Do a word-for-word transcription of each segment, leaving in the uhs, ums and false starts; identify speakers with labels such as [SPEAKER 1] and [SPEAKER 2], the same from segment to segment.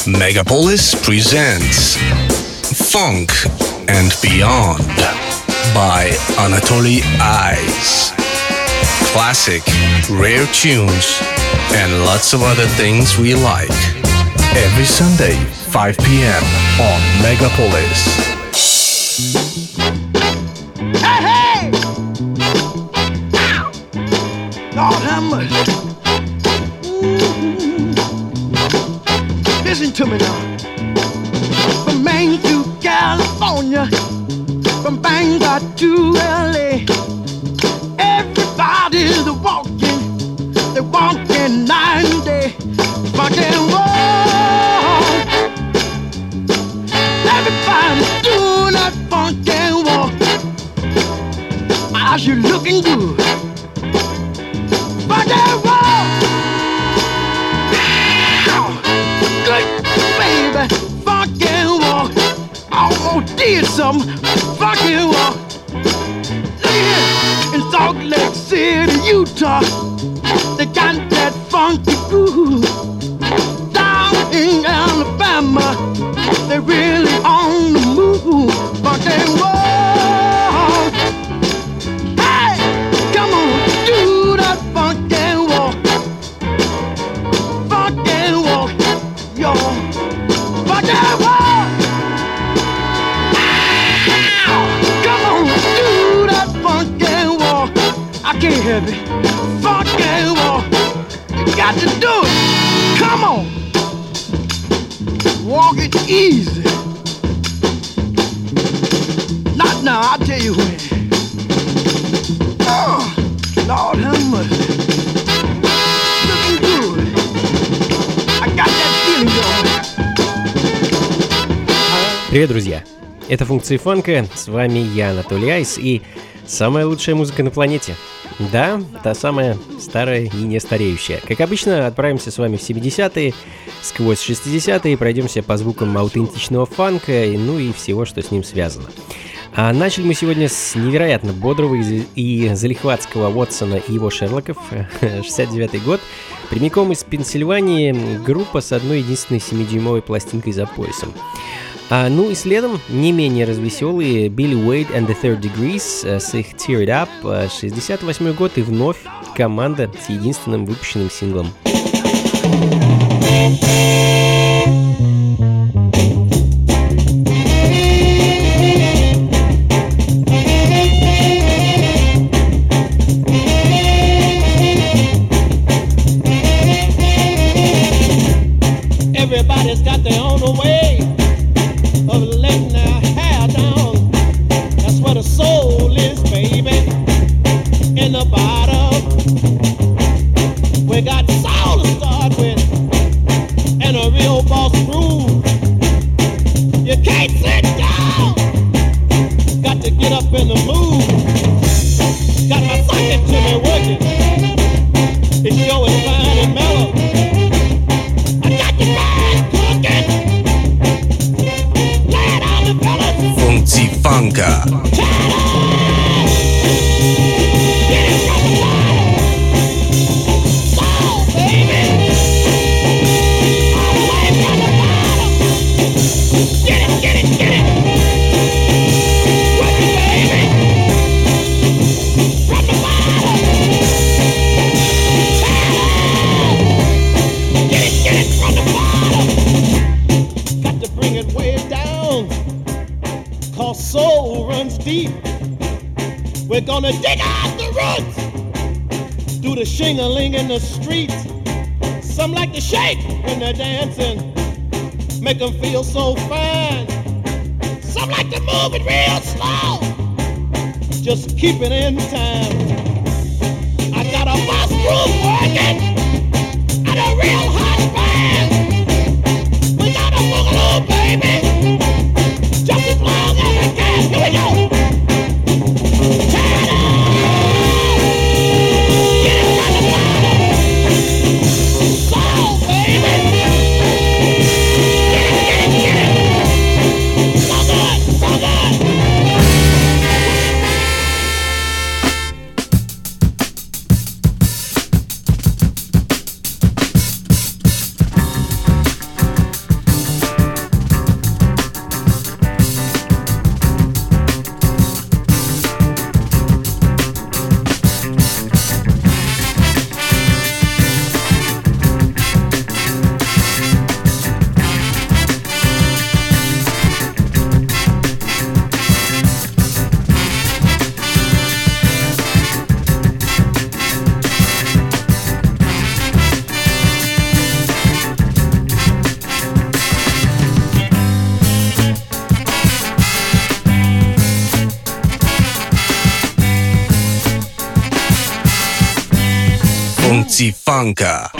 [SPEAKER 1] Megapolis presents Funk and Beyond by Anatoly Eyes. Classic, rare tunes, and lots of other things we like. Every Sunday, five p.m. on Megapolis.
[SPEAKER 2] Hey, hey! Ow! Lord have mercy. Mm-hmm. Listen to me now. From Maine to California, from Bangor to L A, everybody's walking, they're walking night and day. Rock and roll. Everybody's doing that funk and walk. Eyes, you looking good. Rock and roll. Ow. Good baby, funk and walk. Almost did something. Funk and walk. Look here in Salt Lake City, Utah. They got that funky groove. Down in Alabama, they really on the move. Funk and roll. Hey, come on, do that funk and walk. Funk and walk, yo. Funk and walk. Ow, come on, do that funk and walk. I can't help it. Funk and walk. You got to do it. Come on. Walk it easy. Not now, I'll tell you when. Oh, Lord have mercy. Looking good. I got that feeling going.
[SPEAKER 3] Привет, друзья! Это функции фанка, с вами я, Анатолий Айс, и самая лучшая музыка на планете. Да, та самая старая и не стареющая. Как обычно, отправимся с вами в семидесятые, сквозь шестидесятые, пройдемся по звукам аутентичного фанка, ну и всего, что с ним связано. А начали мы сегодня с невероятно бодрого и залихватского Уотсона и его Шерлоков, шестьдесят девятый год, прямиком из Пенсильвании, группа с одной единственной семидюймовой пластинкой за поясом. А, ну и следом не менее развеселые Billy Wade and the Third Degrees с их Tear It Up, шестьдесят восьмой год, и вновь команда с единственным выпущенным синглом.
[SPEAKER 4] Everybody's got their own way of letting their hair down. That's where the soul is, baby. In the bottom, we got soul to start with, and a real boss groove. You can't sit down, got to get up in the mood. Got my socket to me working, it's sure is fine and mellow. I got the mind cooking.
[SPEAKER 1] Funky Funka.
[SPEAKER 4] Soul runs deep. We're gonna dig out the roots, do the shing-a-ling in the streets. Some like to shake when they're dancing, make them feel so fine. Some like to move it real slow, just keep it in time. I got a boss groove working and a real hot band. We got a boogaloo, baby, just as long as we can. Here we go. Turn on. Get it from the bottom. Soul, baby. Get it, get it, get it. So good, so good.
[SPEAKER 1] Funky Funka.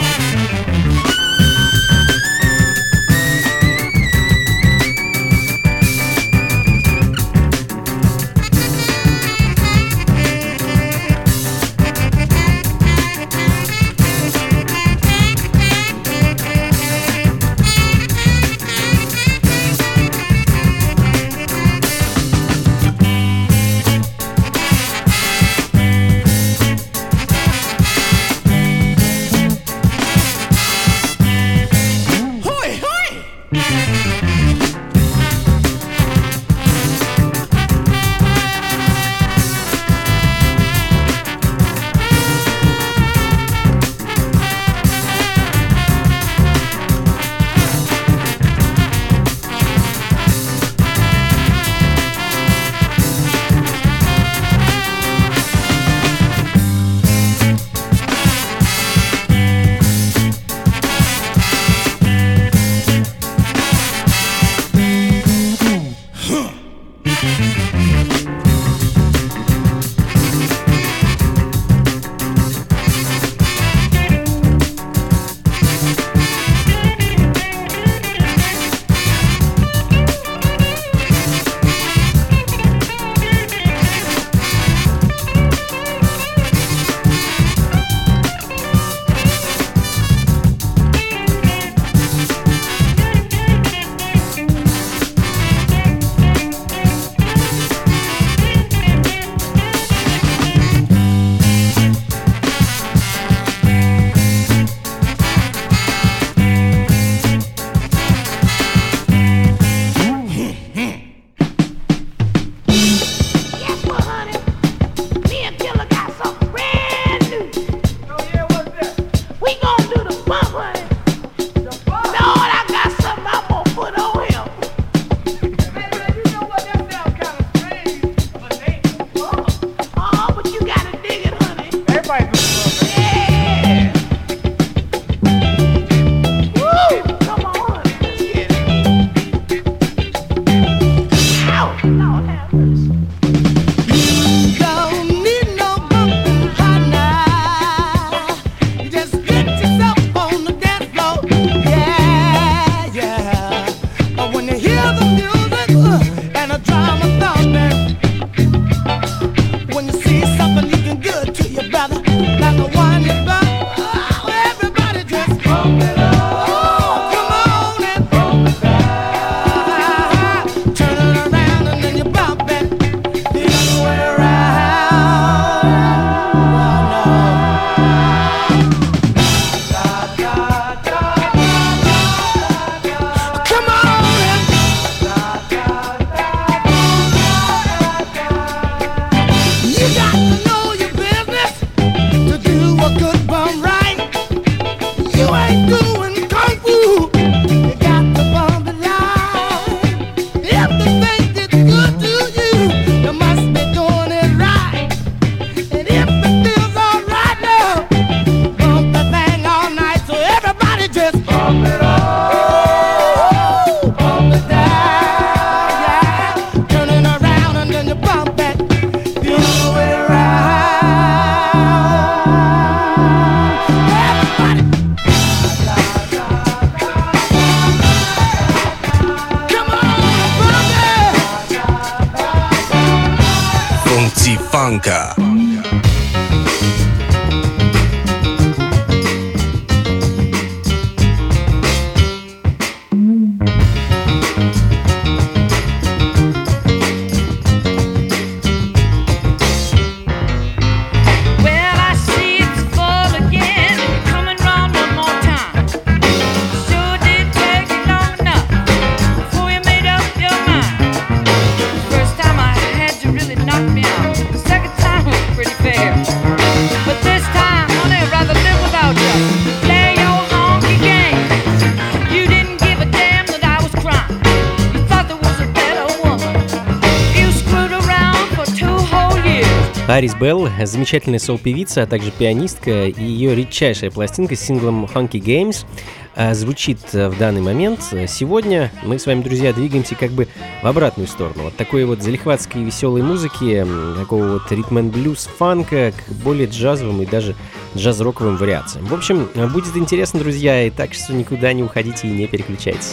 [SPEAKER 1] Funka.
[SPEAKER 5] Second time
[SPEAKER 3] Парис Белл — замечательная соул-певица, а также пианистка, и ее редчайшая пластинка с синглом Funky Games звучит в данный момент. Сегодня мы с вами, друзья, двигаемся как бы в обратную сторону. От такой вот залихватской веселой музыки, такого вот ритм-н-блюз фанка к более джазовым и даже джаз-роковым вариациям. В общем, будет интересно, друзья, и так что никуда не уходите и не переключайтесь.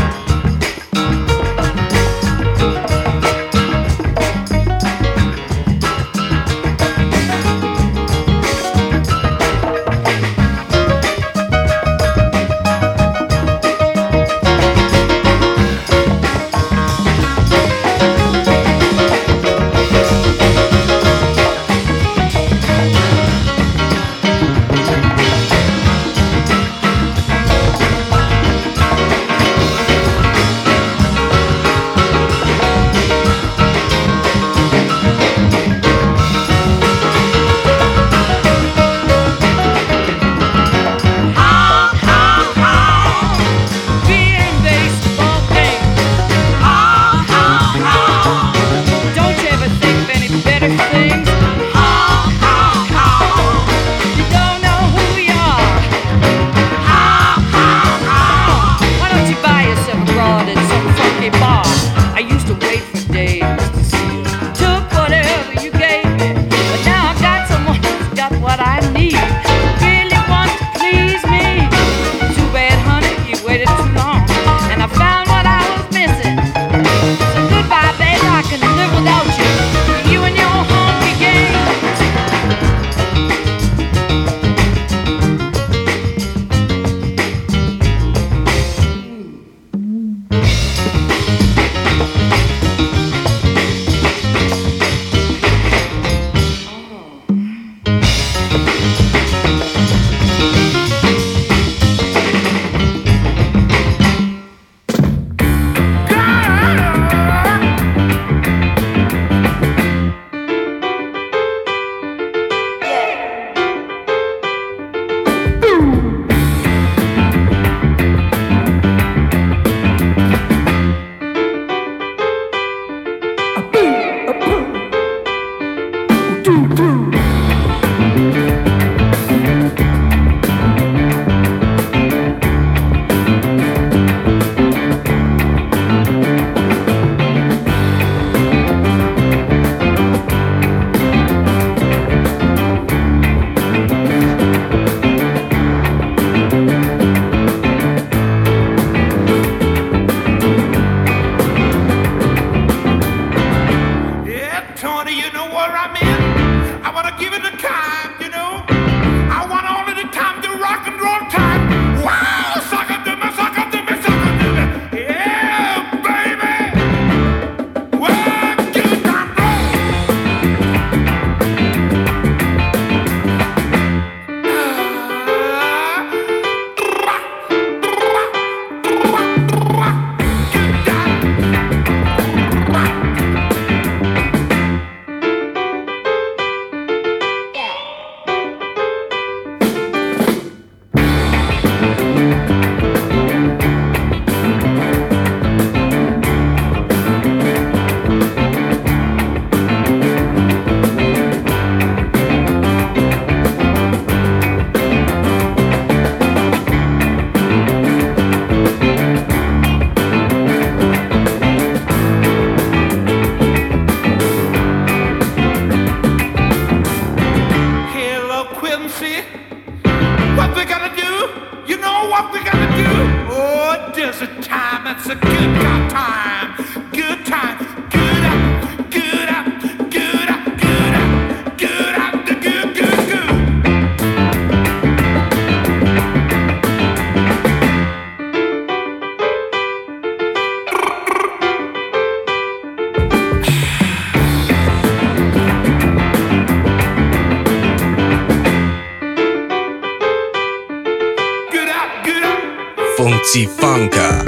[SPEAKER 1] Funky Funka.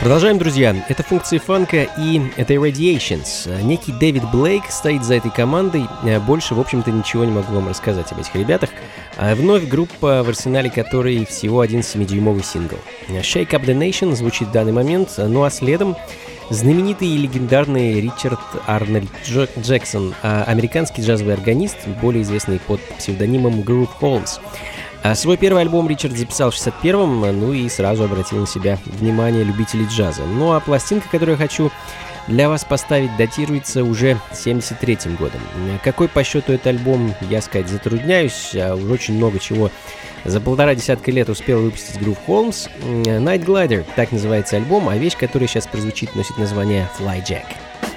[SPEAKER 3] Продолжаем, друзья. Это функции фанка и это Irradiations. Некий Дэвид Блейк стоит за этой командой. Больше, в общем-то, ничего не могу вам рассказать об этих ребятах. Вновь группа, в арсенале которой всего один семидюймовый сингл. Shake Up the Nation звучит в данный момент, ну а следом знаменитый и легендарный Ричард Арнольд Джексон, американский джазовый органист, более известный под псевдонимом Groove Holmes. Свой первый альбом Ричард записал в шестьдесят первом, ну и сразу обратил на себя внимание любителей джаза. Ну а пластинка, которую я хочу для вас поставить, датируется уже семьдесят третьим годом. Какой по счету этот альбом, я сказать затрудняюсь, а уже очень много чего за полтора десятка лет успел выпустить Groove Holmes. Night Glider, так называется альбом, а вещь, которая сейчас прозвучит, носит название Fly Jack.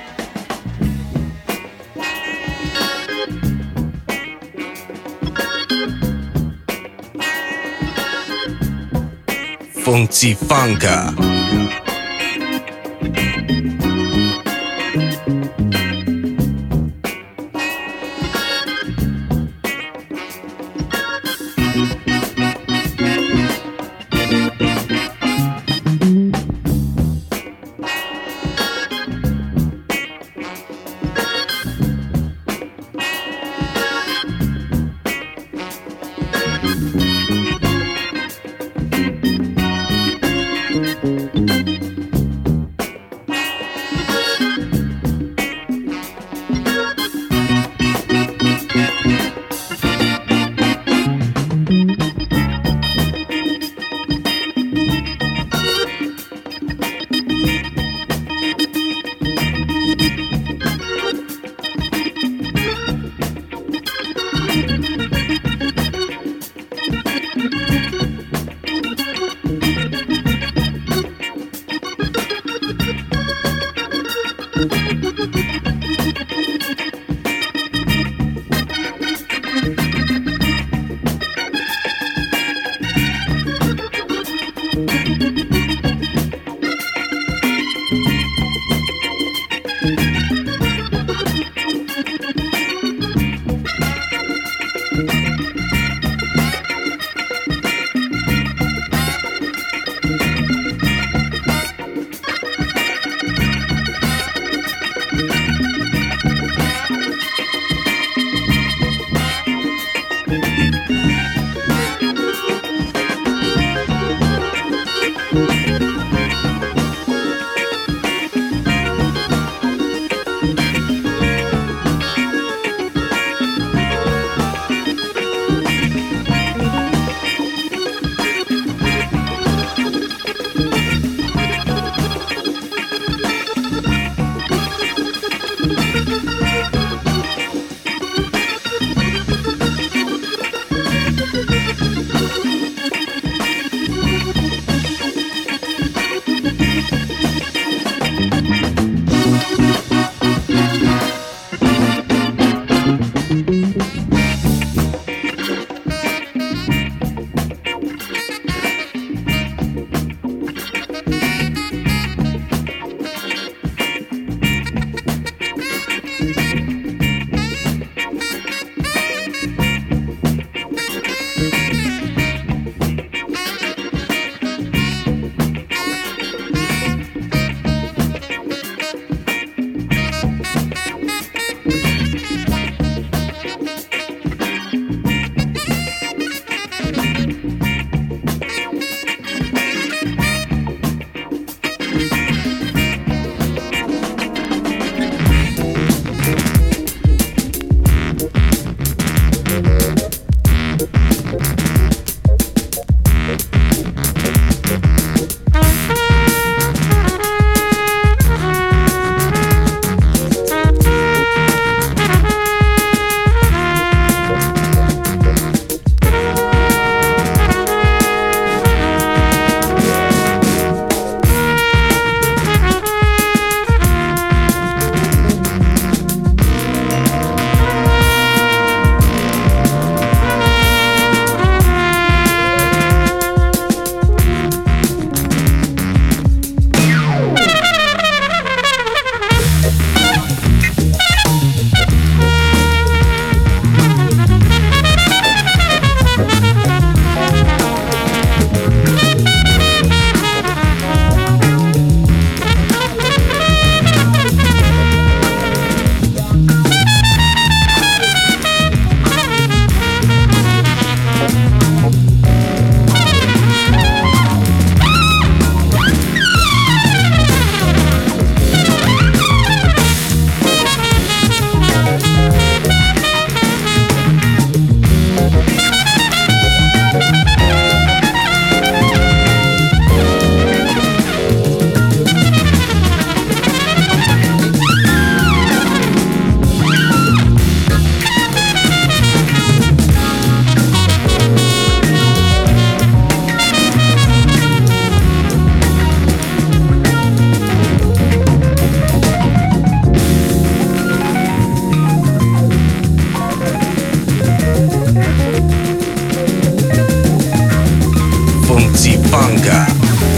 [SPEAKER 1] Funky Funka. Funky Funka.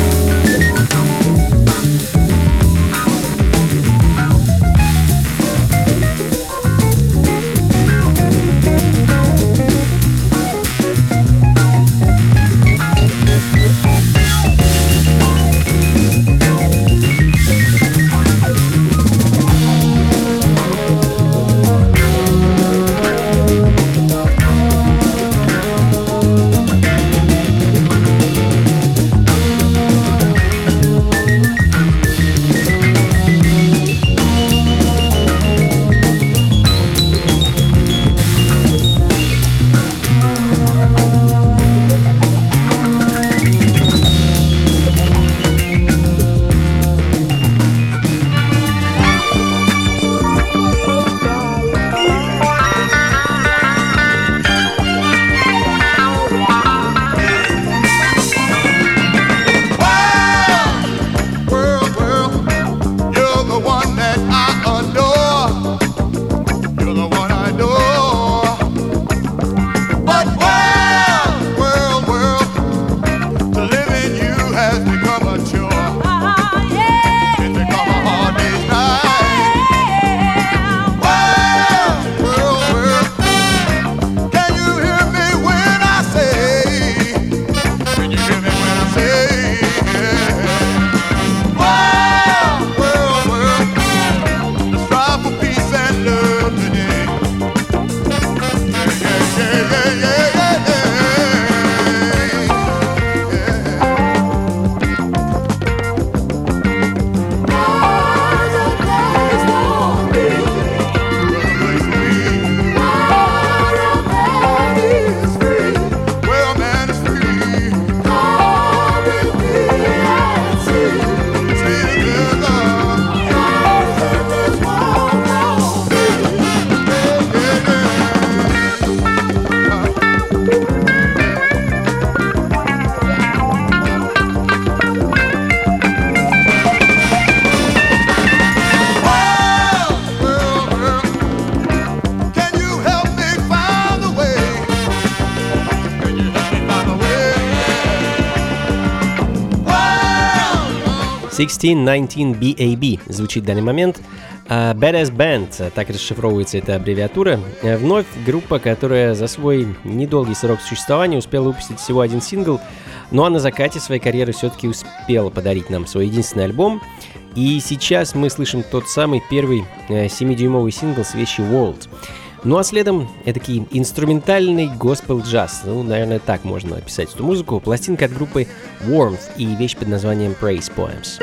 [SPEAKER 3] шестнадцать девятнадцать би эй би звучит в данный момент. Uh, Badass Band, так расшифровывается эта аббревиатура. Uh, вновь группа, которая за свой недолгий срок существования успела выпустить всего один сингл, ну а на закате своей карьеры все-таки успела подарить нам свой единственный альбом. И сейчас мы слышим тот самый первый uh, семидюймовый сингл с вещи World. Ну а следом этакий инструментальный госпел-джаз. Ну, наверное, так можно описать эту музыку. Пластинка от группы Warmth и вещь под названием Praise Poems.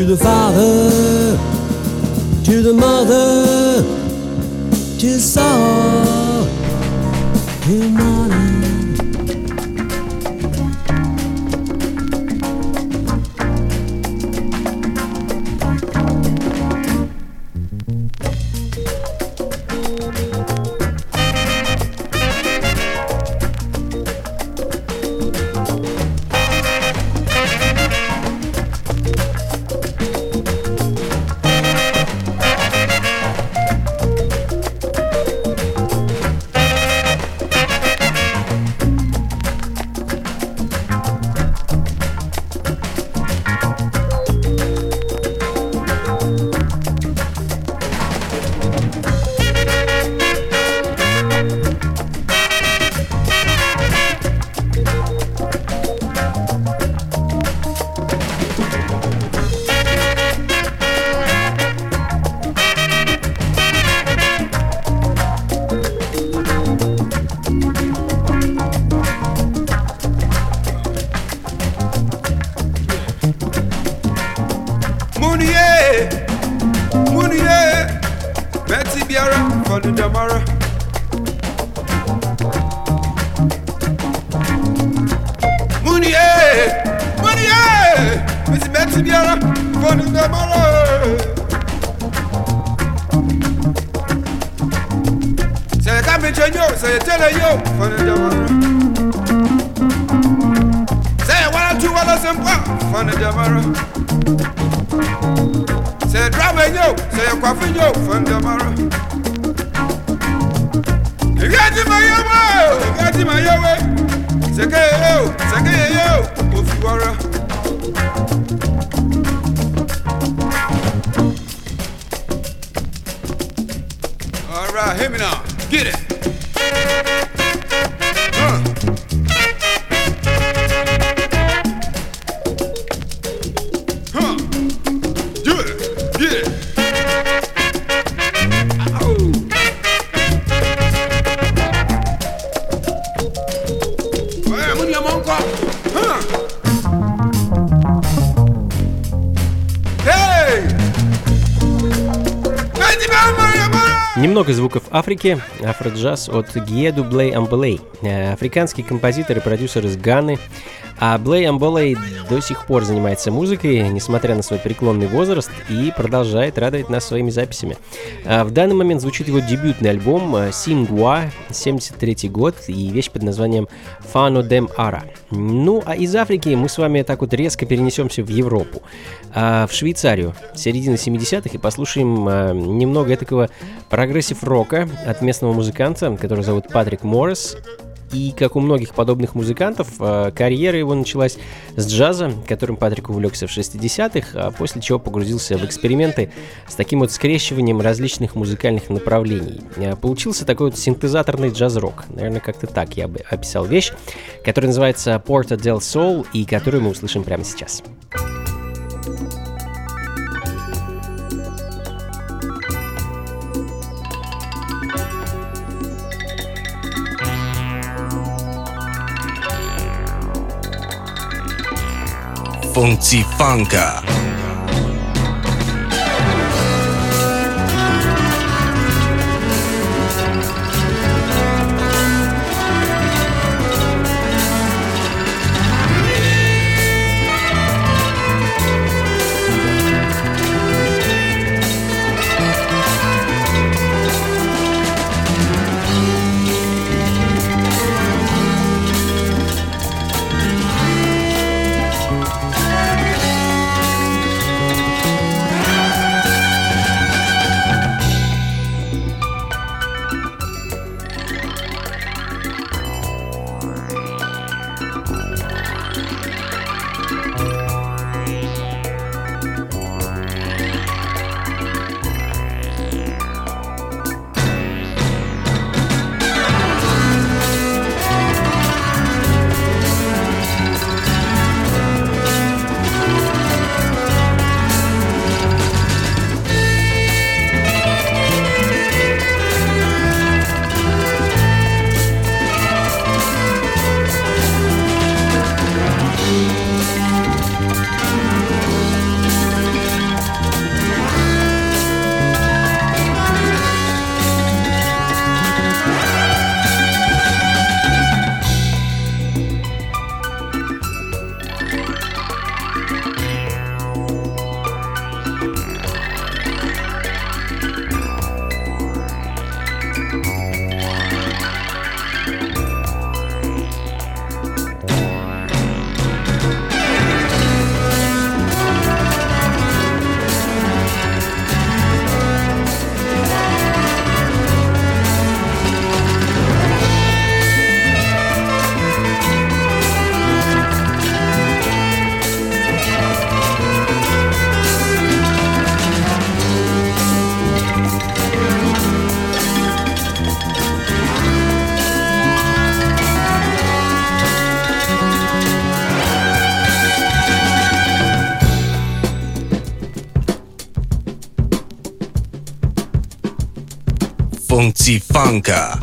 [SPEAKER 5] to the father, to the mother, to Saul, to money.
[SPEAKER 3] Немного звуков Африки, афроджаз от Гиеду Блей Амболей, африканский композитор и продюсер из Ганы. А Блей Амболей до сих пор занимается музыкой, несмотря на свой преклонный возраст, и продолжает радовать нас своими записями. В данный момент звучит его дебютный альбом «Сингуа», семьдесят третий год, и вещь под названием «Фано дем Ара». Ну, а из Африки мы с вами так вот резко перенесемся в Европу, в Швейцарию, середины семидесятых, и послушаем немного такого прогрессив-рока от местного музыканта, который зовут Патрик Моррис. И, как у многих подобных музыкантов, карьера его началась с джаза, которым Патрик увлекся в шестидесятых, а после чего погрузился в эксперименты с таким вот скрещиванием различных музыкальных направлений. Получился такой вот синтезаторный джаз-рок. Наверное, как-то так я бы описал вещь, которая называется Porta del Sol, и которую мы услышим прямо сейчас.
[SPEAKER 1] Funky Funka. Funky Funka.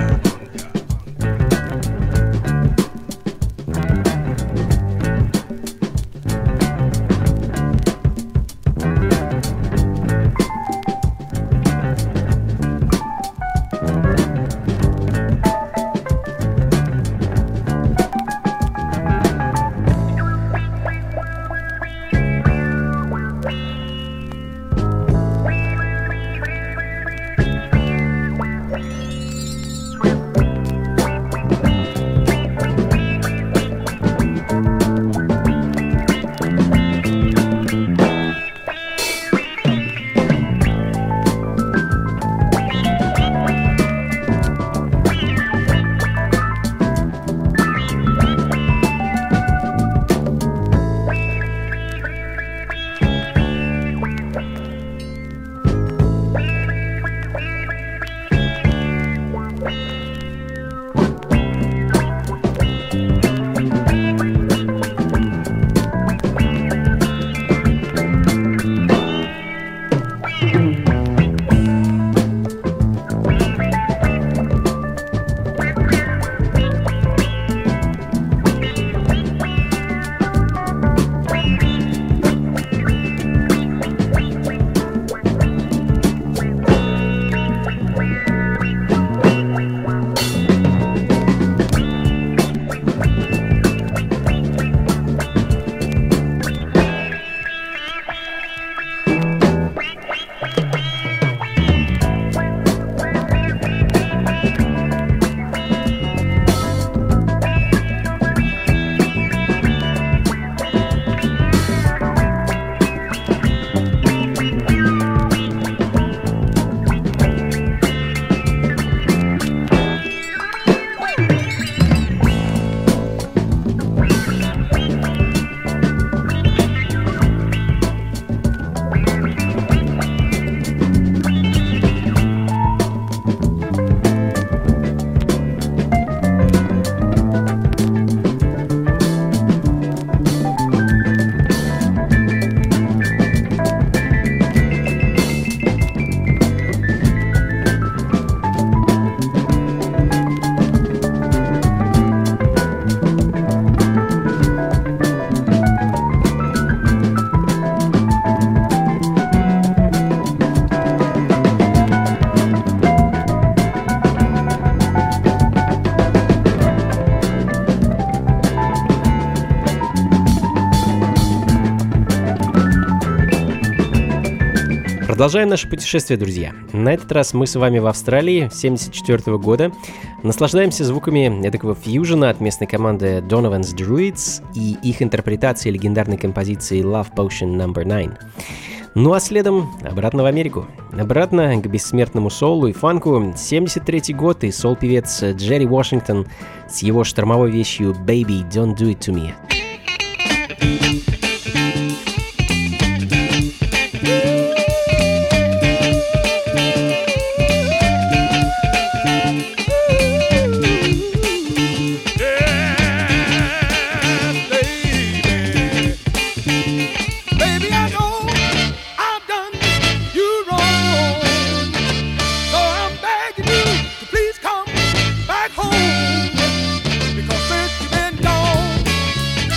[SPEAKER 3] Продолжаем наше путешествие, друзья. На этот раз мы с вами в Австралии семьдесят четвёртого года. Наслаждаемся звуками эдакого фьюжена от местной команды Donovan's Druids и их интерпретации легендарной композиции Love Potion номер девять. Ну а следом обратно в Америку. Обратно к бессмертному соулу и фанку. семьдесят третий год и соул-певец Джерри Вашингтон с его штормовой вещью «Baby, Don't Do It To Me».
[SPEAKER 4] Because since you've been gone,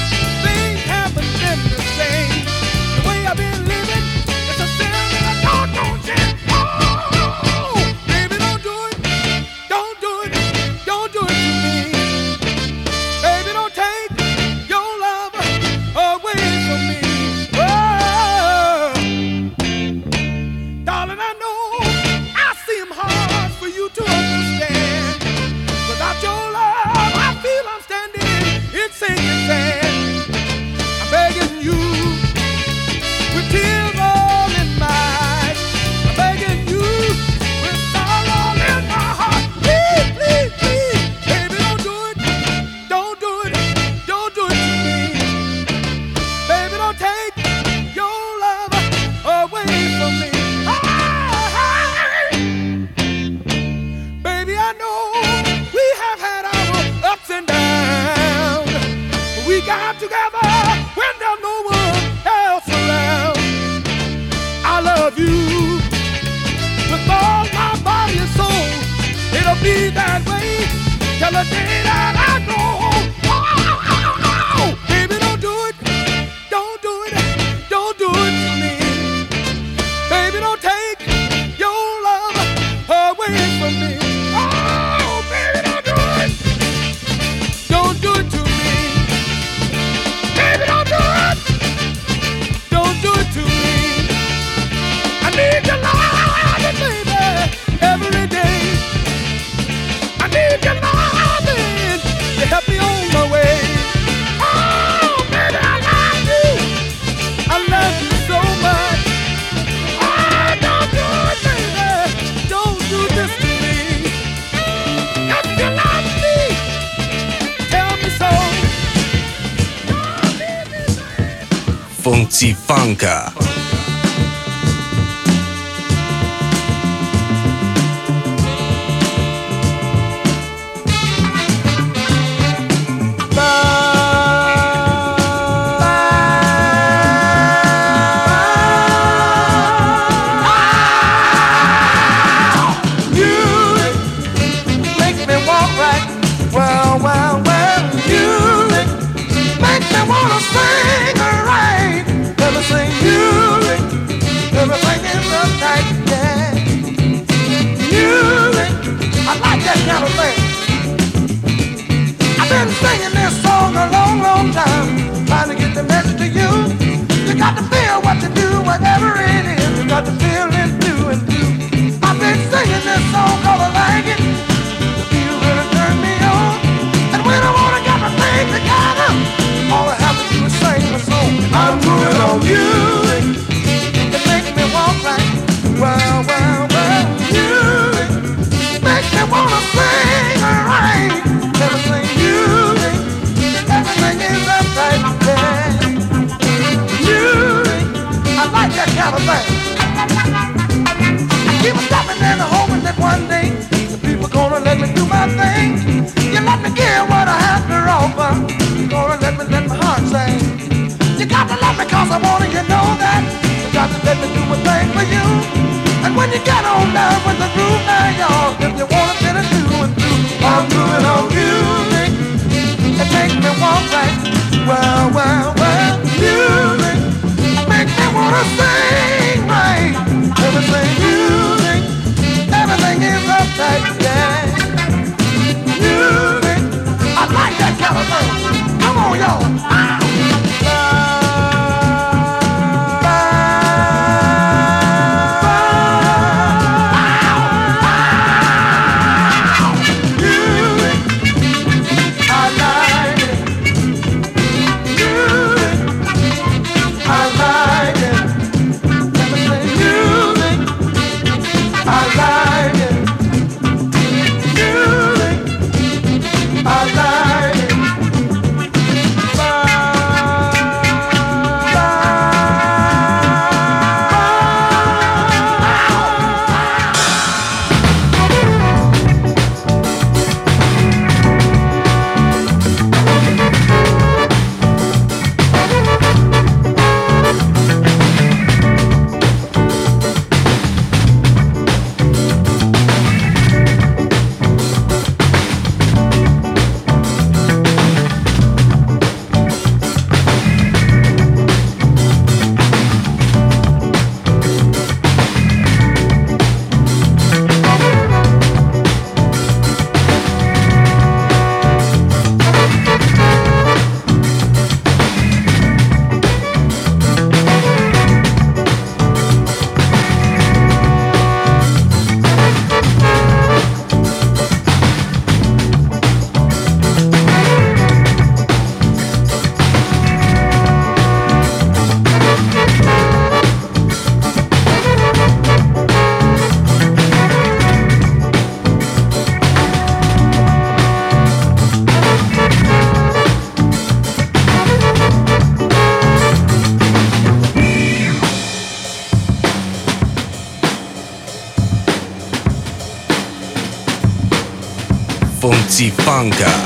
[SPEAKER 2] till the day that I go home. Oh, baby, don't do it, don't do it, don't do it to me. Baby, don't take your love away from me. Oh, baby, don't do it, don't do it to me. Baby, don't do it, don't do it to me. I need your love, baby, every day. I need your loving to help me on my way. Oh, baby, I love you. I love you so much. Oh, don't do it, baby. Don't do this to me. If you love me, tell me so.
[SPEAKER 1] Funky Funka.
[SPEAKER 2] Singing this song a long, long time, trying to get the message to you. You got to feel what to do, whatever it is. You got to feel it, do and do. I've been singing this song cause I like it. The feel really turn me on. And when I wanna get my thing together, all I have to do is sing the song. I'm moving on music. It makes me walk right. Well, well, well, music makes me wanna sing right. Never sing music. Everything is upside down. Music, I like that kind of thing. I keep on stopping and hoping that one day the people gonna let me do my thing. You let me give what I have to offer. You gonna let me let my heart sing. You got to let me cause I want you know that. You got to let me do my thing for you. And when you get on down with the groove now, y'all, if you wanna fit it do and do, I'm doing on music. It makes me walk right. Well, well, well, music makes me wanna sing right. Everything music, everything is uptight, yeah. Music, I like that kind of thing. Come on, y'all. Ah.
[SPEAKER 1] Funky Funka.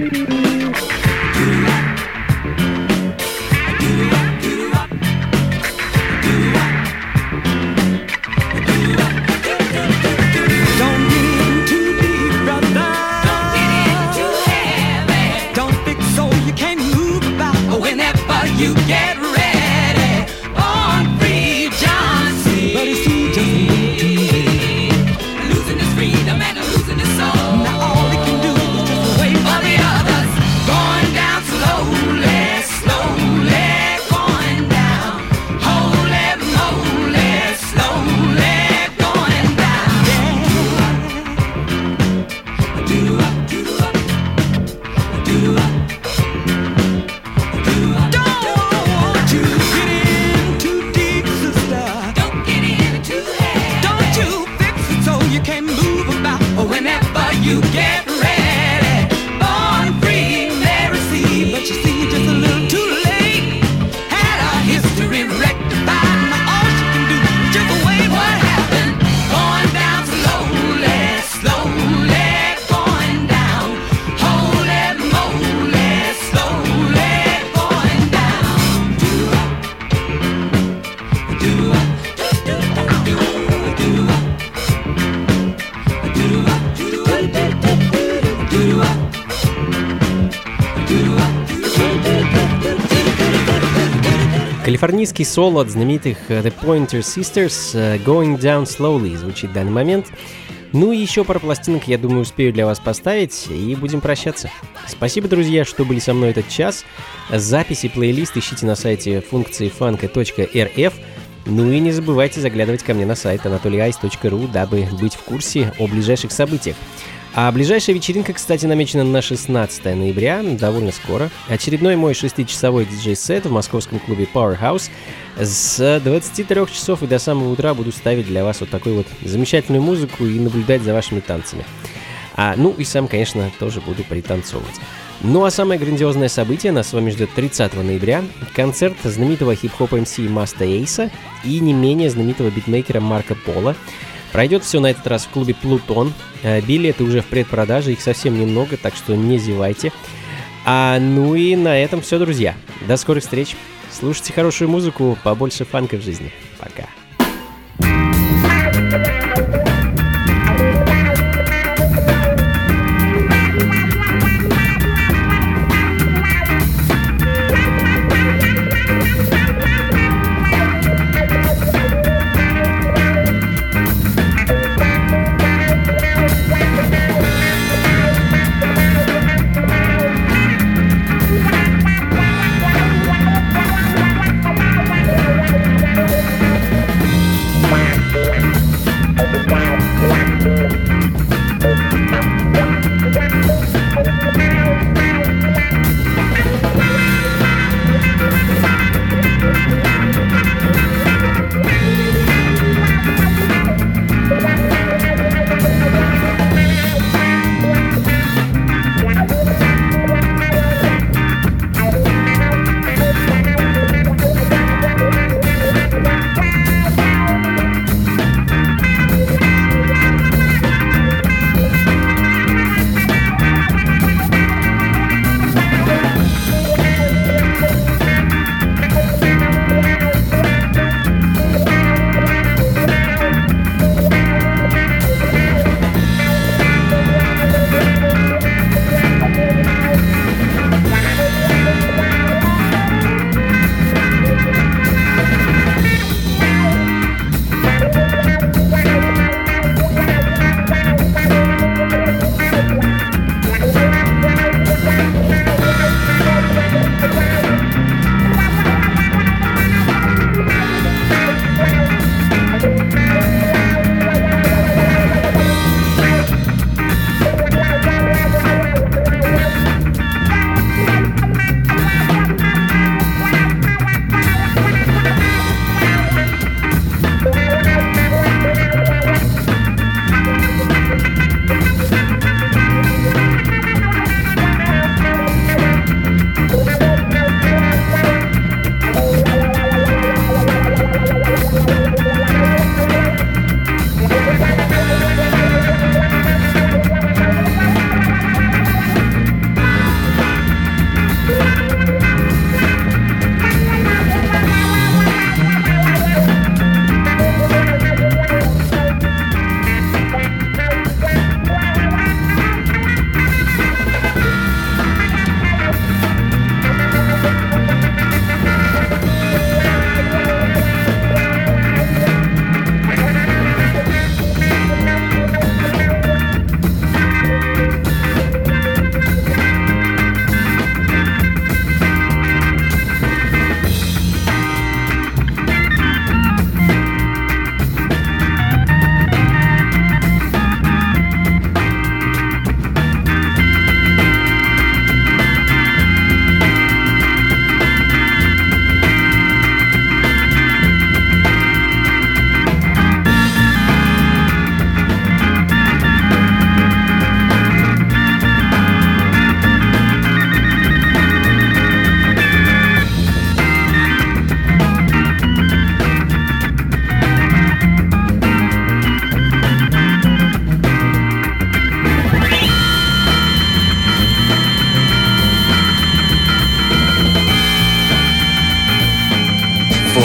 [SPEAKER 6] You get ready, born free, John C. But it's too just a little too late. Losing his freedom and losing his soul. Now all he can do is just wait for the others. Going down slowly, slowly, going down. Holy moly, slowly, going down. Yeah. Do up, do up, do up. You get ready, born free, Mary C. But you see, just a little too late. Had our history rectified. Now all she can do is just wait what happened. Going down slowly, slowly, going down. Holy moly, slowly, going down. Do up, do up, do up, do up, do up.
[SPEAKER 3] Калифорнийский соло от знаменитых The Pointer Sisters Going Down Slowly звучит в данный момент. Ну и еще пару пластинок, я думаю, успею для вас поставить, и будем прощаться. Спасибо, друзья, что были со мной этот час. Записи, плейлист ищите на сайте функции фанка точка эр эф. Ну и не забывайте заглядывать ко мне на сайт анатолий айс точка ру, дабы быть в курсе о ближайших событиях. А ближайшая вечеринка, кстати, намечена на шестнадцатое ноября, довольно скоро. Очередной мой шестичасовой диджей-сет в московском клубе Powerhouse. С двадцати трёх часов и до самого утра буду ставить для вас вот такую вот замечательную музыку и наблюдать за вашими танцами. А, ну и сам, конечно, тоже буду пританцовывать. Ну а самое грандиозное событие нас с вами ждет тридцатого ноября. Концерт знаменитого хип-хоп эм си Маста Эйса и не менее знаменитого битмейкера Марко Поло. Пройдет все на этот раз в клубе Плутон. Билеты уже в предпродаже, их совсем немного, так что не зевайте. А ну и на этом все, друзья. До скорых встреч. Слушайте хорошую музыку, побольше фанка в жизни. Пока.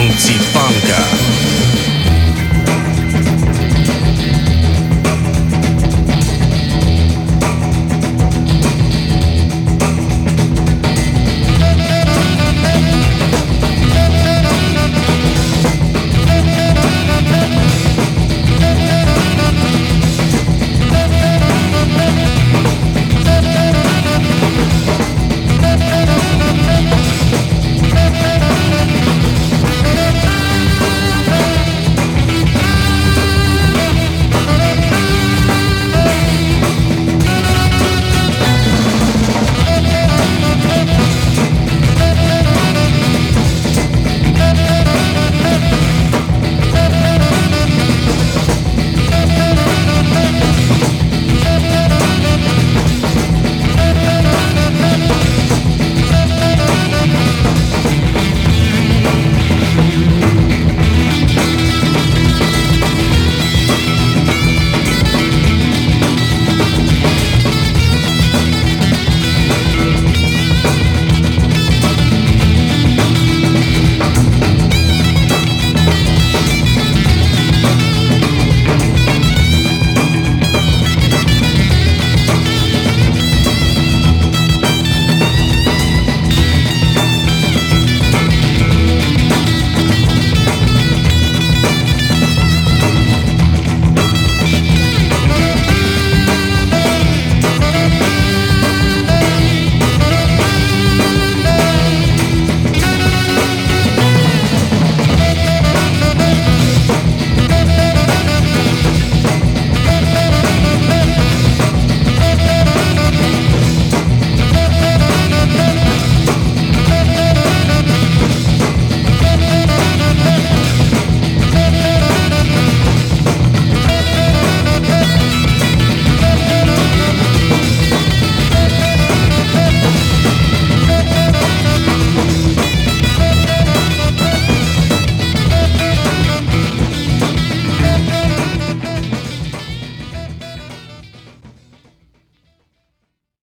[SPEAKER 1] Funky Funka.